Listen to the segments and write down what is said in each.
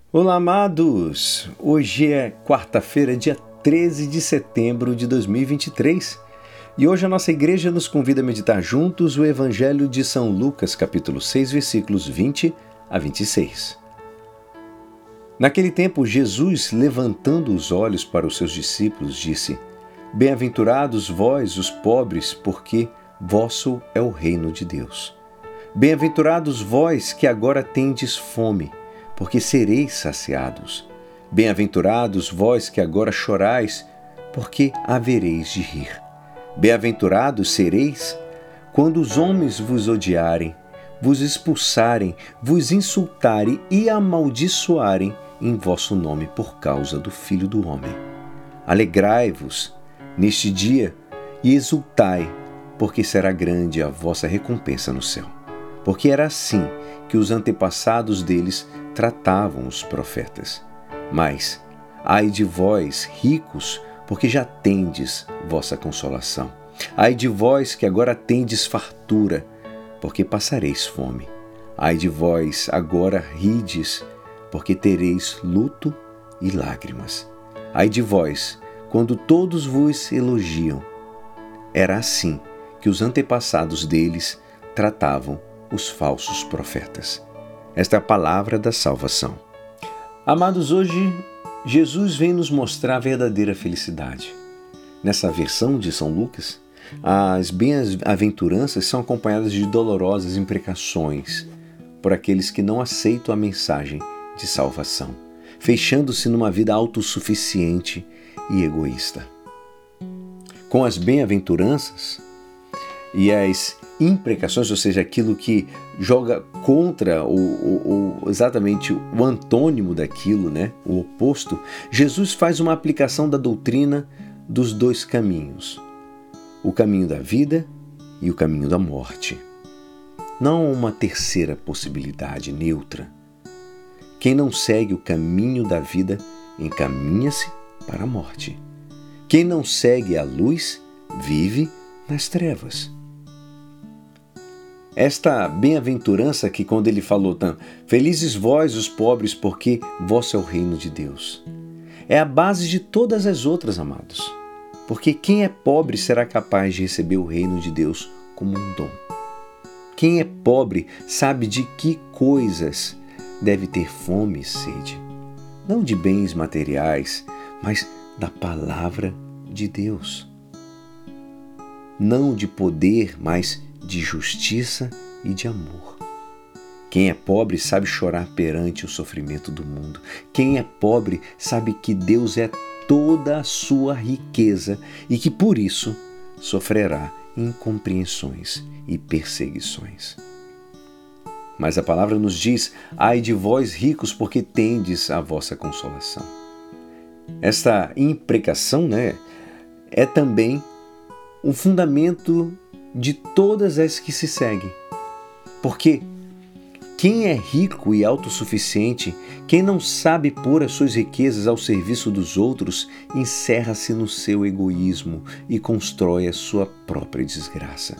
Olá, amados! Hoje é quarta-feira, dia 13 de setembro de 2023 e hoje a nossa igreja nos convida a meditar juntos o Evangelho de São Lucas, capítulo 6, versículos 20 a 26. Naquele tempo, Jesus, levantando os olhos para os seus discípulos, disse: Bem-aventurados vós, os pobres, porque vosso é o reino de Deus. Bem-aventurados vós que agora tendes fome, porque sereis saciados. Bem-aventurados vós que agora chorais, porque havereis de rir. Bem-aventurados sereis quando os homens vos odiarem, vos expulsarem, vos insultarem e amaldiçoarem em vosso nome por causa do Filho do Homem. Alegrai-vos neste dia e exultai, porque será grande a vossa recompensa no céu. Porque era assim que os antepassados deles tratavam os profetas. Mas, ai de vós, ricos, porque já tendes vossa consolação. Ai de vós que agora tendes fartura, porque passareis fome. Ai de vós, agora rides, porque tereis luto e lágrimas. Ai de vós, quando todos vos elogiam. Era assim que os antepassados deles tratavam os falsos profetas. Esta é a palavra da salvação. Amados, hoje Jesus vem nos mostrar a verdadeira felicidade. Nessa versão de São Lucas, as bem-aventuranças são acompanhadas de dolorosas imprecações por aqueles que não aceitam a mensagem de salvação, fechando-se numa vida autossuficiente e egoísta. Com as bem-aventuranças e as imprecações, ou seja, aquilo que joga contra exatamente o antônimo daquilo, o oposto, Jesus faz uma aplicação da doutrina dos dois caminhos, o caminho da vida e o caminho da morte. Não uma terceira possibilidade neutra. Quem não segue o caminho da vida encaminha-se para a morte. Quem não segue a luz vive nas trevas. Esta bem-aventurança que quando ele falou, felizes vós os pobres, porque vosso é o reino de Deus, é a base de todas as outras, amados. Porque quem é pobre será capaz de receber o reino de Deus como um dom. Quem é pobre sabe de que coisas deve ter fome e sede. Não de bens materiais, mas da palavra de Deus. Não de poder, mas de justiça e de amor. Quem é pobre sabe chorar perante o sofrimento do mundo. Quem é pobre sabe que Deus é toda a sua riqueza e que por isso sofrerá incompreensões e perseguições. Mas a palavra nos diz: ai de vós ricos, porque tendes a vossa consolação. Esta imprecação, é também um fundamento de todas as que se seguem. Porque quem é rico e autossuficiente, quem não sabe pôr as suas riquezas ao serviço dos outros, encerra-se no seu egoísmo e constrói a sua própria desgraça.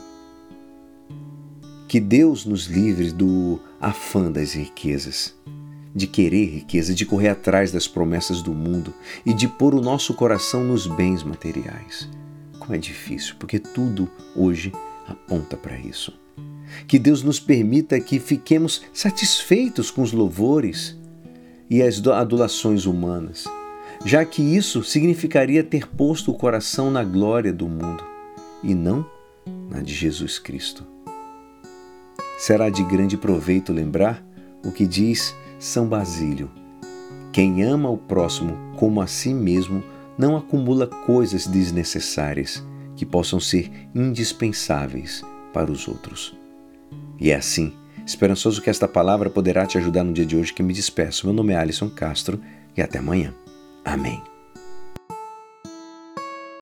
Que Deus nos livre do afã das riquezas, de querer riqueza, de correr atrás das promessas do mundo e de pôr o nosso coração nos bens materiais. Como é difícil, porque tudo hoje aponta para isso. Que Deus nos permita que fiquemos satisfeitos com os louvores e as adulações humanas, já que isso significaria ter posto o coração na glória do mundo e não na de Jesus Cristo. Será de grande proveito lembrar o que diz São Basílio: quem ama o próximo como a si mesmo não acumula coisas desnecessárias que possam ser indispensáveis para os outros. E é assim, esperançoso que esta palavra poderá te ajudar no dia de hoje, que me despeço. Meu nome é Alisson Castro e até amanhã. Amém.